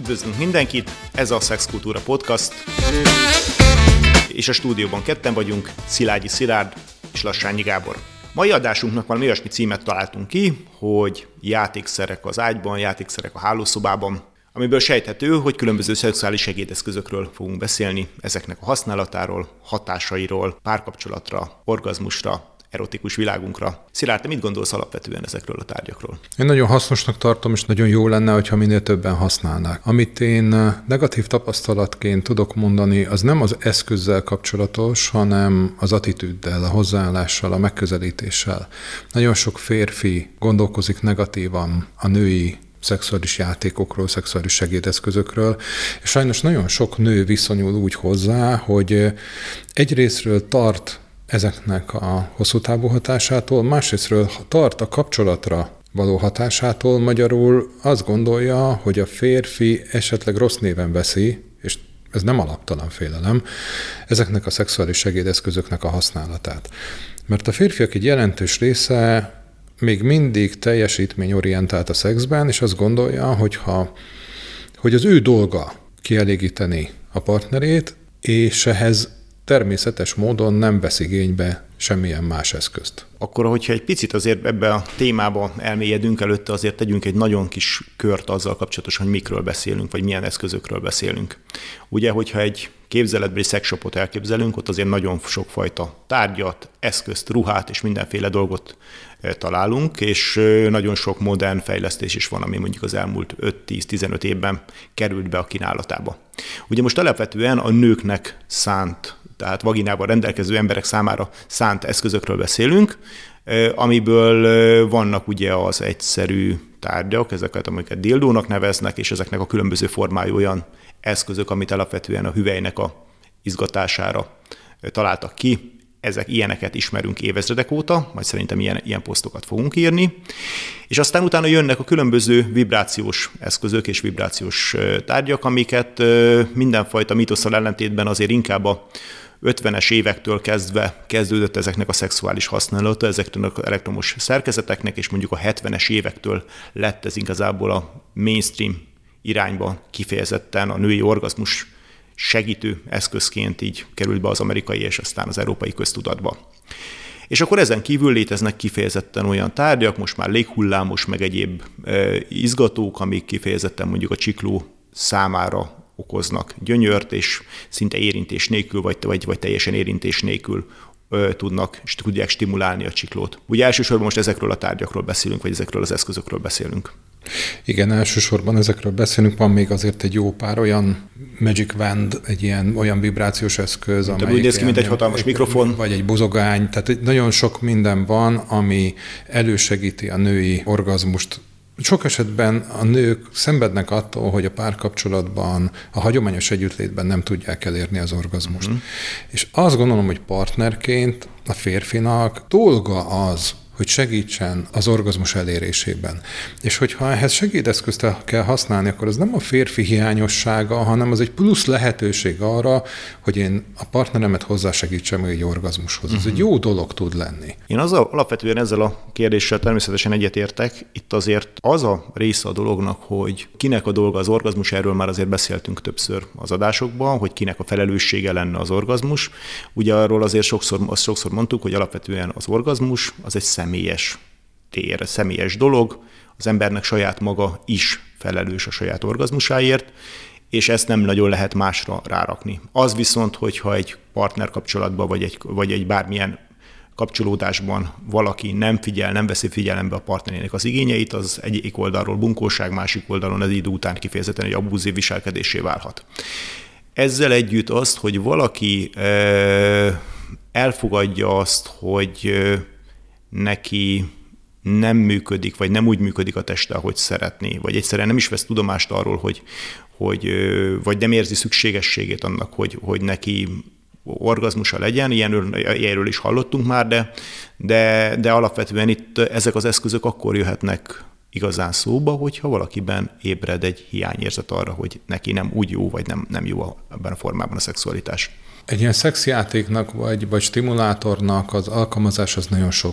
Üdvözlünk mindenkit, ez a Szexkultúra Podcast, és a stúdióban ketten vagyunk, Szilágyi Szilárd és Lassányi Gábor. Mai adásunknak valami olyasmi címet találtunk ki, hogy játékszerek az ágyban, játékszerek a hálószobában, amiből sejthető, hogy különböző szexuális segédeszközökről fogunk beszélni, ezeknek a használatáról, hatásairól, párkapcsolatra, orgazmusra, erotikus világunkra. Szilárd, te mit gondolsz alapvetően ezekről a tárgyakról? Én nagyon hasznosnak tartom, és nagyon jó lenne, hogyha minél többen használnák. Amit én negatív tapasztalatként tudok mondani, az nem az eszközzel kapcsolatos, hanem az attitűddel, a hozzáállással, a megközelítéssel. Nagyon sok férfi gondolkozik negatívan a női szexuális játékokról, szexuális segédeszközökről, és sajnos nagyon sok nő viszonyul úgy hozzá, hogy egyrészről tart ezeknek a hosszú távú hatásától, másrésztről tart a kapcsolatra való hatásától, magyarul azt gondolja, hogy a férfi esetleg rossz néven veszi, és ez nem alaptalan félelem, ezeknek a szexuális segédeszközöknek a használatát. Mert a férfiak egy jelentős része még mindig teljesítményorientált a szexben, és azt gondolja, hogy az ő dolga kielégíteni a partnerét, és ehhez természetes módon nem vesz igénybe semmilyen más eszközt. Akkor, hogyha egy picit azért ebbe a témába elmélyedünk előtte, azért tegyünk egy nagyon kis kört azzal kapcsolatosan, hogy mikről beszélünk, vagy milyen eszközökről beszélünk. Ugye, hogyha egy képzeletbeli szexshopot elképzelünk, ott azért nagyon sokfajta tárgyat, eszközt, ruhát és mindenféle dolgot találunk, és nagyon sok modern fejlesztés is van, ami mondjuk az elmúlt 5-10-15 évben került be a kínálatába. Ugye most alapvetően a nőknek szánt, tehát vaginával rendelkező emberek számára szánt eszközökről beszélünk, amiből vannak ugye az egyszerű tárgyak, ezeket, amiket dildónak neveznek, és ezeknek a különböző formájú olyan eszközök, amit alapvetően a hüvelynek a izgatására találtak ki. Ilyeneket ismerünk évezredek óta, majd szerintem ilyen posztokat fogunk írni. És aztán utána jönnek a különböző vibrációs eszközök és vibrációs tárgyak, amiket mindenfajta mítosszal ellentétben azért inkább a 50-es évektől kezdve kezdődött ezeknek a szexuális használata, ezeknek az elektromos szerkezeteknek, és mondjuk a 70-es évektől lett ez igazából a mainstream irányba kifejezetten a női orgazmus segítő eszközként így került be az amerikai és aztán az európai köztudatba. És akkor ezen kívül léteznek kifejezetten olyan tárgyak, most már léghullámos, meg egyéb izgatók, amik kifejezetten mondjuk a csikló számára okoznak gyönyört, és szinte érintés nélkül, vagy teljesen érintés nélkül tudják stimulálni a csiklót. Ugye elsősorban most ezekről a tárgyakról beszélünk, vagy ezekről az eszközökről beszélünk. Igen, elsősorban ezekről beszélünk, van még azért egy jó pár olyan Magic Wand, olyan vibrációs eszköz, amelyik úgy néz ki, mint egy hatalmas mikrofon. Vagy egy bozogány, tehát nagyon sok minden van, ami elősegíti a női orgazmust. Sok esetben a nők szenvednek attól, hogy a párkapcsolatban, a hagyományos együttlétben nem tudják elérni az orgazmust. És azt gondolom, hogy partnerként a férfinak dolga az, hogy segítsen az orgazmus elérésében. És hogyha ehhez segédeszközt kell használni, akkor az nem a férfi hiányossága, hanem az egy plusz lehetőség arra, hogy én a partneremet hozzásegítsem egy orgazmushoz. Ez egy jó dolog tud lenni. Én alapvetően ezzel a kérdéssel természetesen egyetértek. Itt azért az a része a dolognak, hogy kinek a dolga az orgazmus, erről már azért beszéltünk többször az adásokban, hogy kinek a felelőssége lenne az orgazmus. Ugye arról azért sokszor mondtuk, hogy alapvetően az orgazmus az egy személyes tér, személyes dolog, az embernek saját maga is felelős a saját orgazmusáért, és ezt nem nagyon lehet másra rárakni. Az viszont, hogyha egy partnerkapcsolatban, vagy egy bármilyen kapcsolódásban valaki nem veszi figyelembe a partnerének az igényeit, az egyik oldalról bunkóság, másik oldalon az idő után kifejezetten egy abúzív viselkedésé válhat. Ezzel együtt azt, hogy valaki elfogadja azt, hogy neki nem működik, vagy nem úgy működik a teste, ahogy szeretné, vagy egyszerűen nem is vesz tudomást arról, vagy nem érzi szükségességét annak, hogy neki orgazmusa legyen, ilyenről is hallottunk már, de alapvetően itt ezek az eszközök akkor jöhetnek igazán szóba, hogyha valakiben ébred egy hiányérzet arra, hogy neki nem úgy jó, vagy nem jó ebben a formában a szexualitás. Egy ilyen szexjátéknak, vagy stimulátornak az alkalmazás az nagyon sok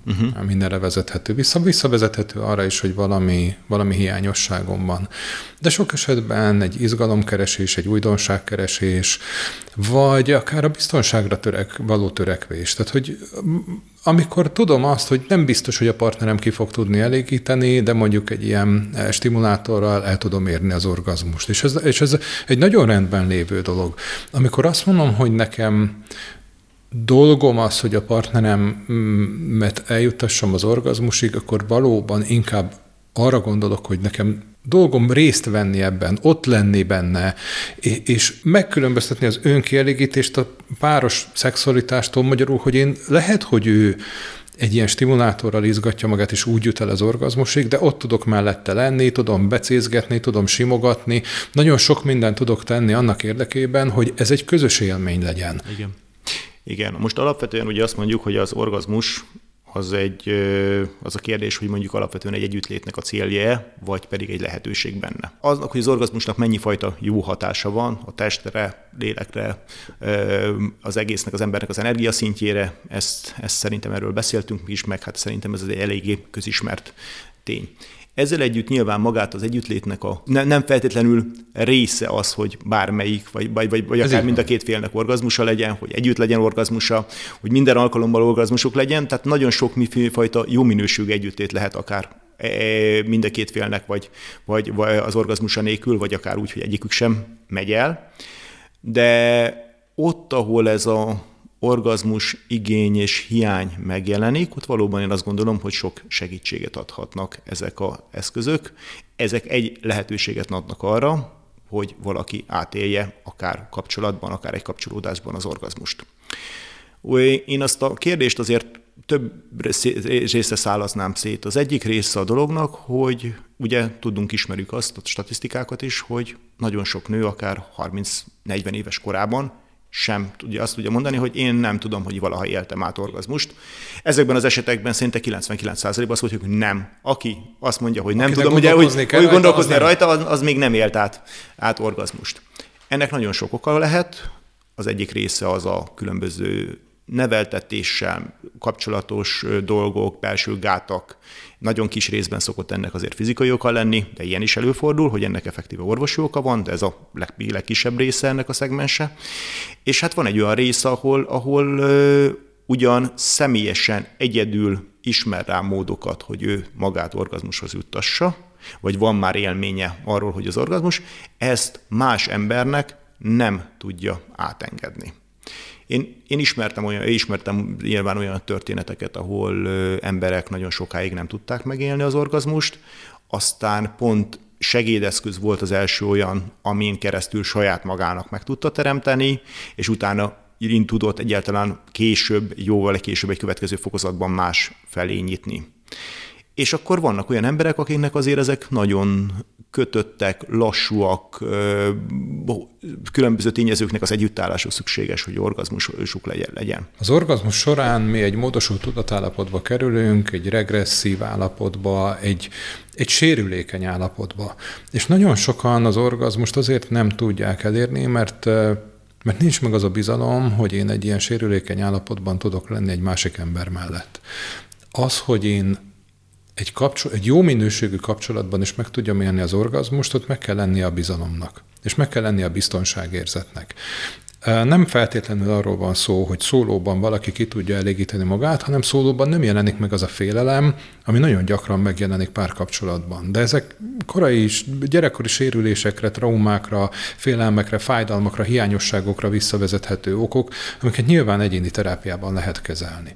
mindenre vezethető. Visszavezethető arra is, hogy valami hiányosságom van. De sok esetben egy izgalomkeresés, egy újdonságkeresés, vagy akár a biztonságra való törekvés. Tehát, hogy amikor tudom azt, hogy nem biztos, hogy a partnerem ki fog tudni elégíteni, de mondjuk egy ilyen stimulátorral el tudom érni az orgazmust. És ez egy nagyon rendben lévő dolog. Amikor azt mondom, hogy nekem dolgom az, hogy a partneremet eljuttassam az orgazmusig, akkor valóban inkább arra gondolok, hogy nekem dolgom részt venni ebben, ott lenni benne, és megkülönböztetni az önkielégítést a páros szexualitástól, magyarul, hogy én lehet, hogy ő egy ilyen stimulátorral izgatja magát, és úgy jut el az orgazmusig, de ott tudok mellette lenni, tudom becézgetni, tudom simogatni, nagyon sok mindent tudok tenni annak érdekében, hogy ez egy közös élmény legyen. Igen. Most alapvetően ugye azt mondjuk, hogy az orgazmus az a kérdés, hogy mondjuk alapvetően egy együttlétnek a célja, vagy pedig egy lehetőség benne. Aznak, hogy az orgazmusnak mennyi fajta jó hatása van a testre, lélekre, az egésznek, az embernek az energiaszintjére, ezt szerintem erről beszéltünk is, meg hát szerintem ez egy eléggé közismert tény. Ezzel együtt nyilván magát az együttlétnek nem feltétlenül része az, hogy bármelyik, vagy akár mind a két félnek orgazmusa legyen, hogy együtt legyen orgazmusa, hogy minden alkalommal orgazmusok legyen, tehát nagyon sok mifajta jó minőségű együttlét lehet akár mind a két félnek, vagy az orgazmusa nélkül, vagy akár úgy, hogy egyikük sem megy el. De ott, ahol ez a orgazmus igény és hiány megjelenik, ott valóban én azt gondolom, hogy sok segítséget adhatnak ezek az eszközök. Ezek egy lehetőséget adnak arra, hogy valaki átélje akár kapcsolatban, akár egy kapcsolódásban az orgazmust. Én azt a kérdést azért több részre szálaznám szét. Az egyik része a dolognak, hogy ugye ismerjük azt, a statisztikákat is, hogy nagyon sok nő akár 30-40 éves korában sem tudja azt mondani, hogy én nem tudom, hogy valaha éltem át orgazmust. Ezekben az esetekben szinte 99%-ban azt mondjuk, hogy nem. Aki azt mondja, hogy nem akinek tudom, ugye, hogy gondolkozni rajta, az még nem élt át orgazmust. Ennek nagyon sok oka lehet. Az egyik része az a különböző neveltetéssel kapcsolatos dolgok, belső gátak. Nagyon kis részben szokott ennek azért fizikai oka lenni, de ilyen is előfordul, hogy ennek effektíve orvosi oka van, de ez a legkisebb része ennek a szegmense. És hát van egy olyan rész, ahol ugyan személyesen egyedül ismer rá módokat, hogy ő magát orgazmushoz juttassa, vagy van már élménye arról, hogy az orgazmus, ezt más embernek nem tudja átengedni. Én ismertem nyilván olyan történeteket, ahol emberek nagyon sokáig nem tudták megélni az orgazmust, aztán pont segédeszköz volt az első olyan, amin keresztül saját magának meg tudta teremteni, és utána tudott egyáltalán jóval később egy következő fokozatban más felé nyitni. És akkor vannak olyan emberek, akiknek azért ezek nagyon kötöttek, lassúak, különböző tényezőknek az együttálláshoz szükséges, hogy orgazmusuk legyen. Az orgazmus során mi egy módosult tudatállapotba kerülünk, egy regresszív állapotba, egy sérülékeny állapotba. És nagyon sokan az orgazmust azért nem tudják elérni, mert nincs meg az a bizalom, hogy én egy ilyen sérülékeny állapotban tudok lenni egy másik ember mellett. Az, hogy én egy jó minőségű kapcsolatban is meg tudjam élni az orgazmust, ott meg kell lennie a bizalomnak, és meg kell lennie a biztonságérzetnek. Nem feltétlenül arról van szó, hogy szólóban valaki ki tudja elégíteni magát, hanem szólóban nem jelenik meg az a félelem, ami nagyon gyakran megjelenik párkapcsolatban. De ezek gyerekkori sérülésekre, traumákra, félelmekre, fájdalmakra, hiányosságokra visszavezethető okok, amiket nyilván egyéni terápiában lehet kezelni.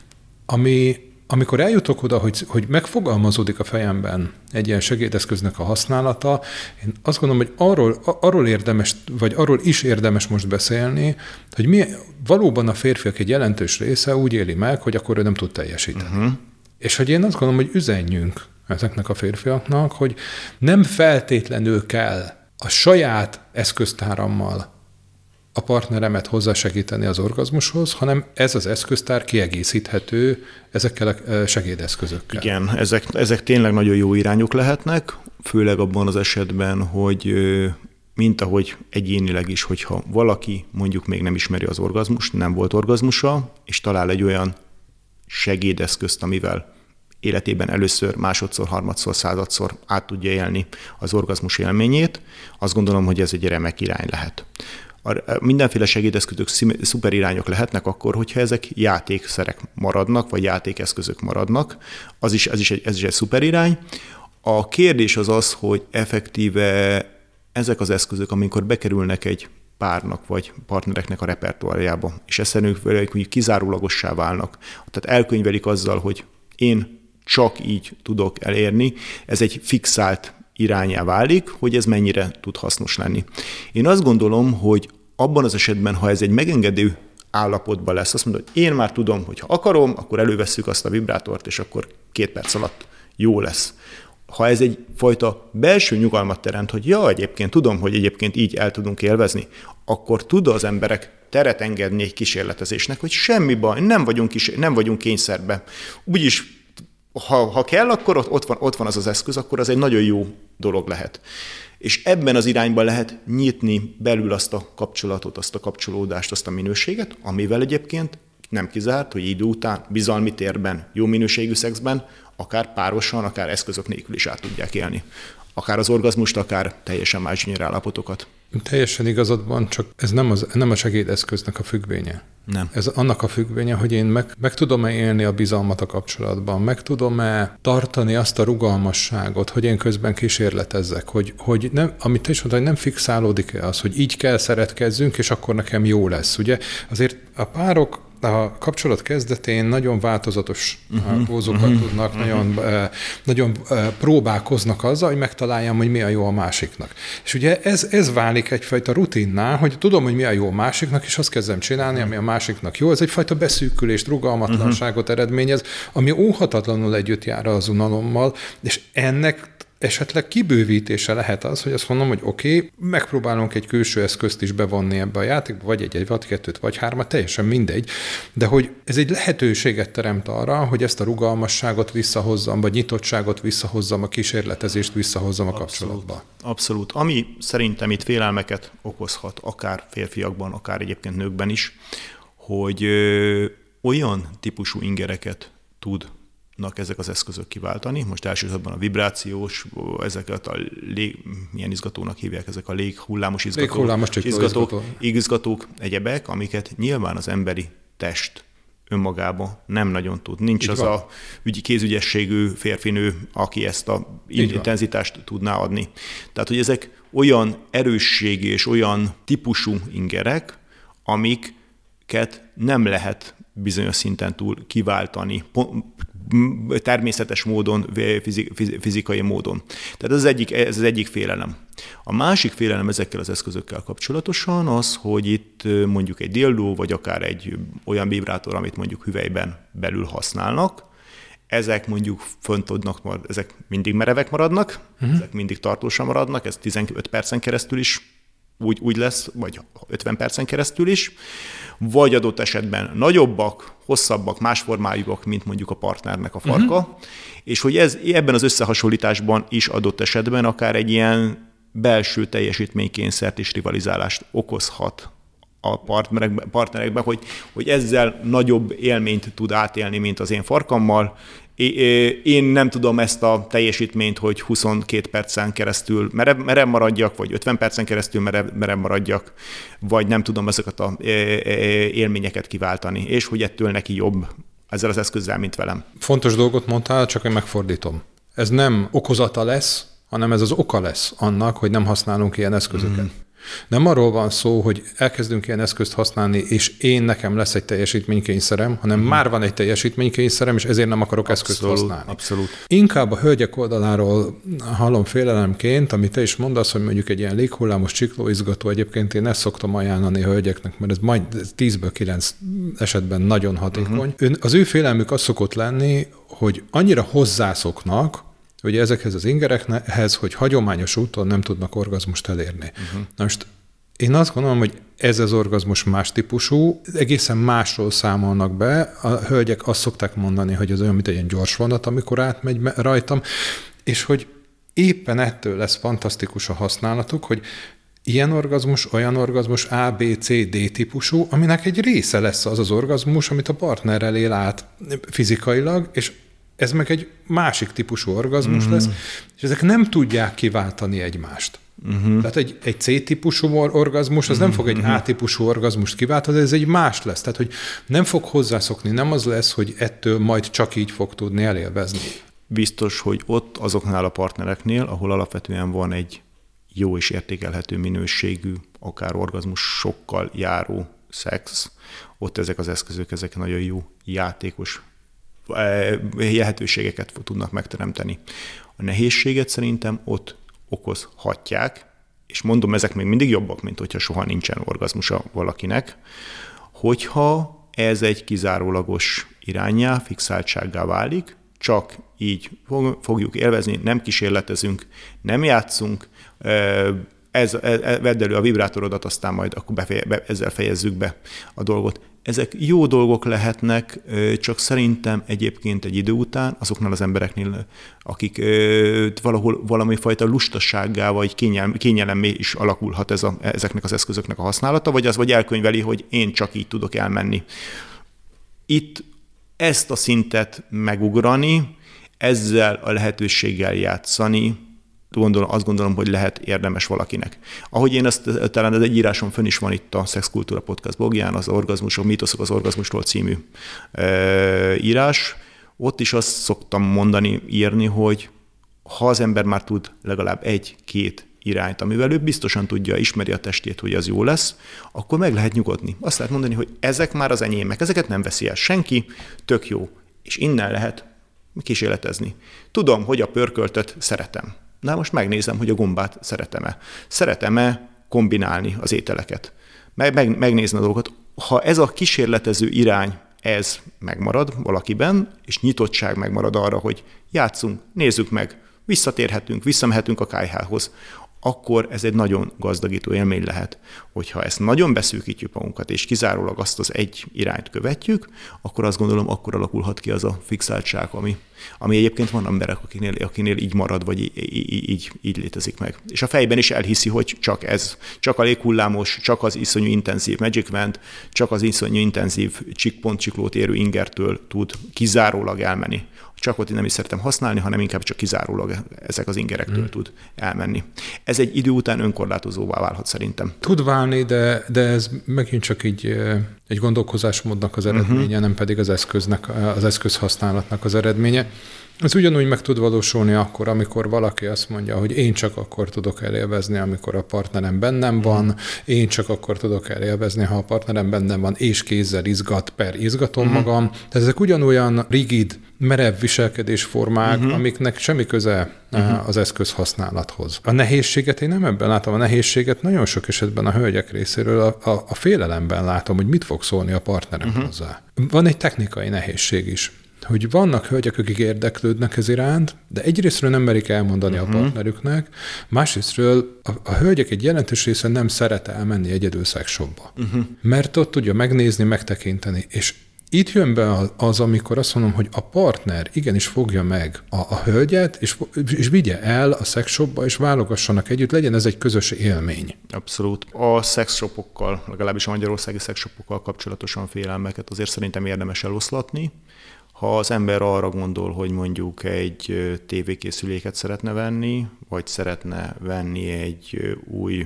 Amikor eljutok oda, hogy megfogalmazódik a fejemben egy ilyen segédeszköznek a használata, én azt gondolom, hogy arról is érdemes most beszélni, hogy valóban a férfiak egy jelentős része úgy éli meg, hogy akkor ő nem tud teljesíteni. Uh-huh. És hogy én azt gondolom, hogy üzenjünk ezeknek a férfiaknak, hogy nem feltétlenül kell a saját eszköztárammal a partneremet hozzásegíteni az orgazmushoz, hanem ez az eszköztár kiegészíthető ezekkel a segédeszközökkel. Igen, ezek tényleg nagyon jó irányok lehetnek, főleg abban az esetben, hogy mint ahogy egyénileg is, hogyha valaki mondjuk még nem ismeri az orgazmust, nem volt orgazmusa, és talál egy olyan segédeszközt, amivel életében először, másodszor, harmadszor, századszor át tudja élni az orgazmus élményét, azt gondolom, hogy ez egy remek irány lehet. Mindenféle segédeszközök szuper irányok lehetnek akkor, hogyha ezek játékszerek maradnak, vagy játékeszközök maradnak, ez is egy szuper irány. A kérdés az az, hogy effektíve ezek az eszközök, amikor bekerülnek egy párnak vagy partnereknek a repertoárjába, és ezt kizárólagossá válnak, tehát elkönyvelik azzal, hogy én csak így tudok elérni, ez egy fixált irányá válik, hogy ez mennyire tud hasznos lenni. Én azt gondolom, hogy abban az esetben, ha ez egy megengedő állapotban lesz, azt mondod, hogy én már tudom, hogy ha akarom, akkor elővesszük azt a vibrátort, és akkor 2 perc alatt jó lesz. Ha ez egyfajta belső nyugalmat teremt, hogy egyébként tudom, hogy egyébként így el tudunk élvezni, akkor tud az emberek teret engedni egy kísérletezésnek, hogy semmi baj, nem vagyunk kényszerbe. Úgyis ha kell, akkor ott van az eszköz, akkor az egy nagyon jó dolog lehet. És ebben az irányban lehet nyitni belül azt a kapcsolatot, azt a kapcsolódást, azt a minőséget, amivel egyébként nem kizárt, hogy idő után bizalmi térben, jó minőségű szexben, akár párosan, akár eszközök nélkül is át tudják élni. Akár az orgazmust, akár teljesen más gyönyörállapotokat. Teljesen igazad van, csak ez nem a segédeszköznek a függvénye. Nem. Ez annak a függvénye, hogy én meg tudom-e élni a bizalmat a kapcsolatban, meg tudom-e tartani azt a rugalmasságot, hogy én közben kísérletezzek, hogy nem, amit te is mondtad, hogy nem fixálódik-e az, hogy így kell szeretkezzünk, és akkor nekem jó lesz. Ugye azért a párok a kapcsolat kezdetén nagyon változatos pózokat tudnak, nagyon próbálkoznak azzal, hogy megtaláljam, hogy mi a jó a másiknak. És ugye ez válik egyfajta rutinná, hogy tudom, hogy mi a jó a másiknak, és azt kezdem csinálni, ami a másiknak jó. Ez egyfajta beszűkülést, rugalmatlanságot eredményez, ami óhatatlanul együtt jár az unalommal, és ennek esetleg kibővítése lehet az, hogy azt mondom, hogy oké, megpróbálunk egy külső eszközt is bevonni ebbe a játékba, vagy egy vagy 2 vagy 3, teljesen mindegy, de hogy ez egy lehetőséget teremt arra, hogy ezt a rugalmasságot visszahozzam, vagy nyitottságot visszahozzam, a kísérletezést visszahozzam a kapcsolatba. Abszolút. Ami szerintem itt félelmeket okozhat, akár férfiakban, akár egyébként nőkben is, hogy olyan típusú ingereket tudnak ezek az eszközök kiváltani. Most elsősorban a vibrációs, ezeket a milyen izgatónak hívják, ezek a léghullámos izgatók, egyebek, amiket nyilván az emberi test önmagában nem nagyon tud. Nincs így az van. A kézügyességű férfinő, aki ezt a intenzitást tudná adni. Tehát, hogy ezek olyan erősségi és olyan típusú ingerek, amiket nem lehet bizonyos szinten túl kiváltani, természetes módon, fizikai módon. Tehát ez az egyik félelem. A másik félelem ezekkel az eszközökkel kapcsolatosan az, hogy itt mondjuk egy dildó, vagy akár egy olyan vibrátor, amit mondjuk hüvelyben belül használnak, ezek mondjuk ezek mindig merevek maradnak, ezek mindig tartósan maradnak, ez 15 percen keresztül is úgy lesz, vagy 50 percen keresztül is, vagy adott esetben nagyobbak, hosszabbak, más formájúak, mint mondjuk a partnernek a farka, és hogy ez ebben az összehasonlításban is adott esetben akár egy ilyen belső teljesítménykényszert és rivalizálást okozhat a partnerekben, hogy ezzel nagyobb élményt tud átélni, mint az én farkammal. Én nem tudom ezt a teljesítményt, hogy 22 percen keresztül merev maradjak, vagy 50 percen keresztül merev maradjak, vagy nem tudom ezeket az élményeket kiváltani, és hogy ettől neki jobb ezzel az eszközzel, mint velem. Fontos dolgot mondtál, csak én megfordítom. Ez nem okozata lesz, hanem ez az oka lesz annak, hogy nem használunk ilyen eszközöket. Nem arról van szó, hogy elkezdünk ilyen eszközt használni, és nekem lesz egy teljesítménykényszerem, hanem már van egy teljesítménykényszerem, és ezért nem akarok eszközt használni. Abszolút. Inkább a hölgyek oldaláról hallom félelemként, amit te is mondasz, hogy mondjuk egy ilyen léghullámos csiklóizgató, egyébként én ezt szoktam ajánlani a hölgyeknek, mert ez majd 10-ből 9 esetben nagyon hatékony. Az ő félelmük az szokott lenni, hogy annyira hozzászoknak, hogy ezekhez az ingerekhez, hogy hagyományos úton nem tudnak orgazmust elérni. Na most én azt gondolom, hogy ez az orgazmus más típusú, egészen másról számolnak be. A hölgyek azt szokták mondani, hogy az olyan, mint egy ilyen gyors vonat, amikor átmegy rajtam, és hogy éppen ettől lesz fantasztikus a használatuk, hogy ilyen orgazmus, olyan orgazmus, A, B, C, D típusú, aminek egy része lesz az az orgazmus, amit a partnerrel él át fizikailag, és ez meg egy másik típusú orgazmus lesz, és ezek nem tudják kiváltani egymást. Tehát egy C-típusú orgazmus, az nem fog egy A-típusú orgazmust kiváltani, ez egy más lesz. Tehát, hogy nem fog hozzászokni, nem az lesz, hogy ettől majd csak így fog tudni elélvezni. Biztos, hogy ott azoknál a partnereknél, ahol alapvetően van egy jó és értékelhető minőségű, akár orgazmusokkal járó szex, ott ezek az eszközök, ezek nagyon jó játékos lehetőségeket tudnak megteremteni. A nehézséget szerintem ott okozhatják, és mondom, ezek még mindig jobbak, mint hogyha soha nincsen orgazmusa valakinek, hogyha ez egy kizárólagos iránnyá, fixáltsággá válik, csak így fogjuk élvezni, nem kísérletezünk, nem játszunk, vedd elő a vibrátorodat, aztán majd akkor ezzel fejezzük be a dolgot. Ezek jó dolgok lehetnek, csak szerintem egyébként egy idő után azoknál az embereknél, akik valahol valamifajta lustasággá vagy kényelemmé is alakulhat ezeknek az eszközöknek a használata, vagy elkönyveli, hogy én csak így tudok elmenni. Itt ezt a szintet megugrani, ezzel a lehetőséggel játszani, azt gondolom, hogy lehet érdemes valakinek. Ahogy én ezt talán az egy írásom fönn is van itt a Szexkultúra Podcast blogján, az orgazmusok, mítoszok az orgazmustól című írás. Ott is azt szoktam mondani, írni, hogy ha az ember már tud legalább 1-2 irányt, amivel ő biztosan tudja, ismeri a testét, hogy az jó lesz, akkor meg lehet nyugodni. Azt lehet mondani, hogy ezek már az enyémek, ezeket nem veszi el senki, tök jó. És innen lehet kísérletezni. Tudom, hogy a pörköltöt szeretem. Na most megnézem, hogy a gombát szeretem-e. Szeretem-e kombinálni az ételeket. Megnézni a dolgokat. Ha ez a kísérletező irány, ez megmarad valakiben, és nyitottság megmarad arra, hogy játszunk, nézzük meg, visszamehetünk a kályhához, akkor ez egy nagyon gazdagító élmény lehet. Hogyha ezt nagyon beszűkítjük magunkat, és kizárólag azt az egy irányt követjük, akkor azt gondolom, akkor alakulhat ki az a fixáltság, ami egyébként van emberek, akinél így marad, vagy így létezik meg. És a fejben is elhiszi, hogy csak ez, csak a léghullámos, csak az iszonyú intenzív Magic Wand, csak az iszonyú intenzív csiklót érő ingertől tud kizárólag elmenni. Csak ott én nem is szeretem használni, hanem inkább csak kizárólag ezek az ingerektől tud elmenni. Ez egy idő után önkorlátozóvá válhat szerintem. Tud válni, de ez megint csak egy gondolkozásmódnak az eredménye, nem pedig az eszközhasználatnak az eredménye. Ez ugyanúgy meg tud valósulni akkor, amikor valaki azt mondja, hogy én csak akkor tudok elélvezni, amikor a partnerem bennem van, én csak akkor tudok elélvezni, ha a partnerem bennem van, és kézzel izgatom magam. Tehát ezek ugyanolyan rigid, merev viselkedésformák, amiknek semmi köze az eszközhasználathoz. A nehézséget én nem ebben látom, a nehézséget nagyon sok esetben a hölgyek részéről a félelemben látom, hogy mit fog szólni a partnerem hozzá. Van egy technikai nehézség is, hogy vannak hölgyek, akik érdeklődnek ez iránt, de egyrésztről nem merik elmondani a partnerüknek, másrésztről a hölgyek egy jelentős része nem szeret elmenni egyedül szexshopba. Mert ott tudja megnézni, megtekinteni, és itt jön be az, amikor azt mondom, hogy a partner igenis fogja meg a hölgyet, és vigye el a szexshopba, és válogassanak együtt, legyen ez egy közös élmény. Abszolút. A szexshopokkal, legalábbis a magyarországi szexshopokkal kapcsolatosan félelmeket azért szerintem érdemes eloszlatni. Ha az ember arra gondol, hogy mondjuk egy tévékészüléket szeretne venni, vagy szeretne venni egy új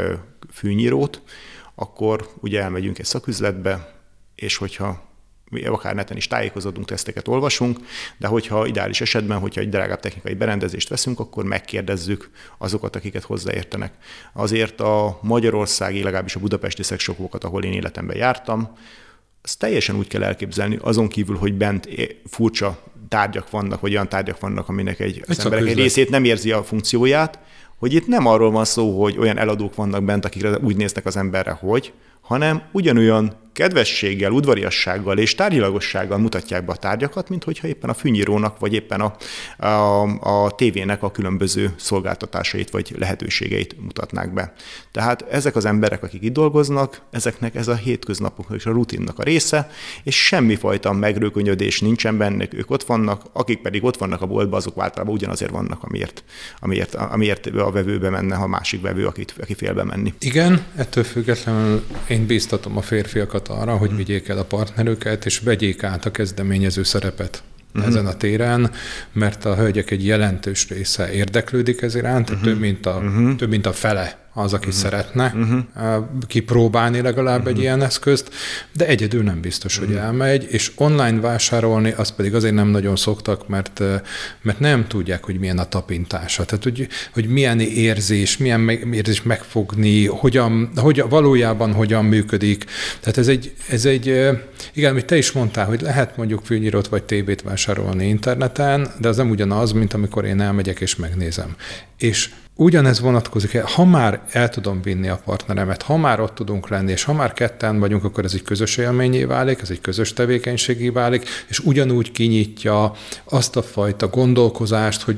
fűnyírót, akkor ugye elmegyünk egy szaküzletbe, és hogyha akár neten is tájékozódunk, teszteket olvasunk, de hogyha ideális esetben, hogyha egy drágább technikai berendezést veszünk, akkor megkérdezzük azokat, akiket hozzáértenek. Azért a magyarországi, legalábbis a budapesti szexshopokat, ahol én életemben jártam, azt teljesen úgy kell elképzelni, azon kívül, hogy bent furcsa tárgyak vannak, vagy olyan tárgyak vannak, aminek az emberek egy részét nem érzi a funkcióját, hogy itt nem arról van szó, hogy olyan eladók vannak bent, akikre úgy néznek az emberre, hanem ugyanolyan kedvességgel, udvariassággal és tárgyilagossággal mutatják be a tárgyakat, mint hogyha éppen a fűnyírónak, vagy éppen a tévének a különböző szolgáltatásait vagy lehetőségeit mutatnák be. Tehát ezek az emberek, akik itt dolgoznak, ezeknek ez a hétköznapok és a rutinnak a része, és semmifajta megrőkönyödés nincsen bennük, ők ott vannak, akik pedig ott vannak a boltban, azok általában ugyanazért vannak, amiért a vevőbe menne, ha a másik vevő, aki félbe menni. Igen, ettől függetlenül én bíztatom a férfiakat arra, hogy vigyék el a partnerüket, és vegyék át a kezdeményező szerepet ezen a téren, mert a hölgyek egy jelentős része érdeklődik ez iránt, több mint a fele az, aki szeretne kipróbálni legalább egy ilyen eszközt, de egyedül nem biztos, hogy elmegy, és online vásárolni, azt pedig azért nem nagyon szoktak, mert nem tudják, hogy milyen a tapintása. Tehát, hogy milyen érzés megfogni, valójában hogyan működik. Tehát ez egy igen, amit te is mondtál, hogy lehet mondjuk fűnyírót vagy tévét vásárolni interneten, de az nem ugyanaz, mint amikor én elmegyek és megnézem. És ugyanez vonatkozik, ha már el tudom vinni a partneremet, ha már ott tudunk lenni, és ha már ketten vagyunk, akkor ez egy közös élményé válik, ez egy közös tevékenységé válik, és ugyanúgy kinyitja azt a fajta gondolkozást, hogy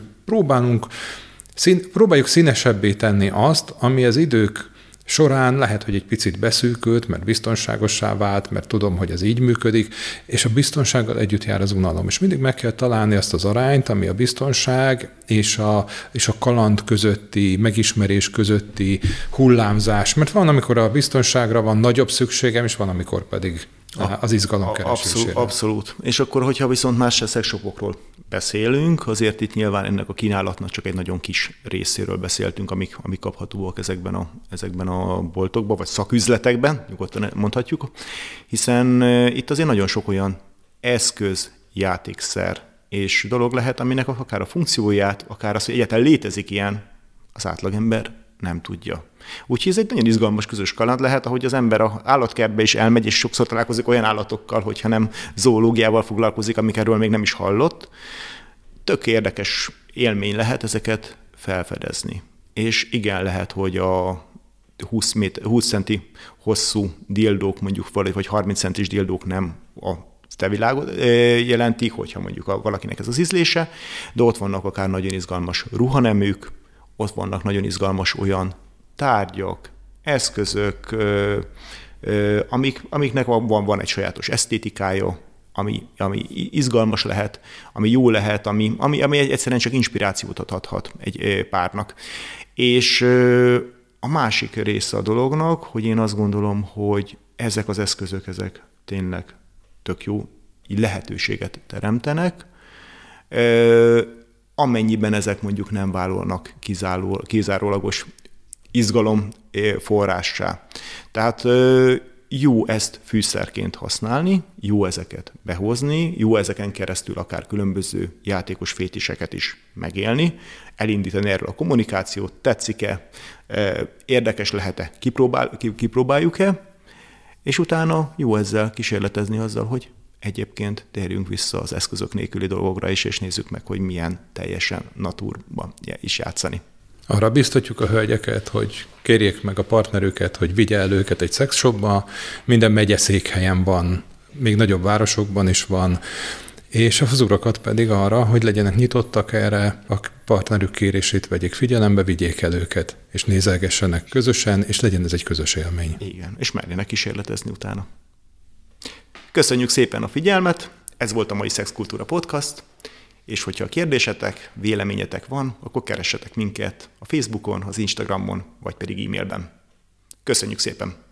próbáljuk színesebbé tenni azt, ami az idők során lehet, hogy egy picit beszűkült, mert biztonságossá vált, mert tudom, hogy ez így működik, és a biztonsággal együtt jár az unalom. És mindig meg kell találni azt az arányt, ami a biztonság és a kaland közötti, megismerés közötti hullámzás. Mert van, amikor a biztonságra van nagyobb szükségem, és van, amikor pedig az izgalom keresésére. Abszolút. És akkor, hogyha viszont más szexshopokról beszélünk, azért itt nyilván ennek a kínálatnak csak egy nagyon kis részéről beszéltünk, amik kaphatóak ezekben a boltokban, vagy szaküzletekben, nyugodtan mondhatjuk, hiszen itt azért nagyon sok olyan eszköz, játékszer és dolog lehet, aminek akár a funkcióját, akár az, hogy egyáltalán létezik ilyen, az átlagember nem tudja. Úgyhogy ez egy nagyon izgalmas közös kaland lehet, ahogy az ember az állatkertbe is elmegy, és sokszor találkozik olyan állatokkal, hogyha nem zoológiával foglalkozik, amikről még nem is hallott. Tök érdekes élmény lehet ezeket felfedezni. És igen, lehet, hogy a 20 centi hosszú dildók, mondjuk vagy 30 centis dildók nem a te világot jelentik, hogyha mondjuk valakinek ez az ízlése, de ott vannak akár nagyon izgalmas ruhaneműk, ott vannak nagyon izgalmas olyan tárgyak, eszközök, amiknek van egy sajátos esztétikája, ami izgalmas lehet, ami jó lehet, ami egyszerűen csak inspirációt adhat egy párnak. És a másik része a dolognak, hogy én azt gondolom, hogy ezek az eszközök, ezek tényleg tök jó lehetőséget teremtenek, amennyiben ezek mondjuk nem vállalnak kizárólagos izgalom forrássá. Tehát jó ezt fűszerként használni, jó ezeket behozni, jó ezeken keresztül akár különböző játékos fétiseket is megélni, elindítani erről a kommunikációt, tetszik-e, érdekes lehet-e, kipróbáljuk-e, és utána jó ezzel kísérletezni azzal, hogy egyébként térjünk vissza az eszközök nélküli dolgokra is, és nézzük meg, hogy milyen teljesen naturban is játszani. Arra biztatjuk a hölgyeket, hogy kérjék meg a partnerüket, hogy vigye el őket egy szexshopba, minden megyeszékhelyen van, még nagyobb városokban is van, és az urakat pedig arra, hogy legyenek nyitottak erre, a partnerük kérését vegyék figyelembe, vigyék el őket, és nézelgessenek közösen, és legyen ez egy közös élmény. Igen, és merjenek kísérletezni utána. Köszönjük szépen a figyelmet, ez volt a mai Szexkultúra Podcast, és hogyha kérdésetek, véleményetek van, akkor keressetek minket a Facebookon, az Instagramon, vagy pedig e-mailben. Köszönjük szépen!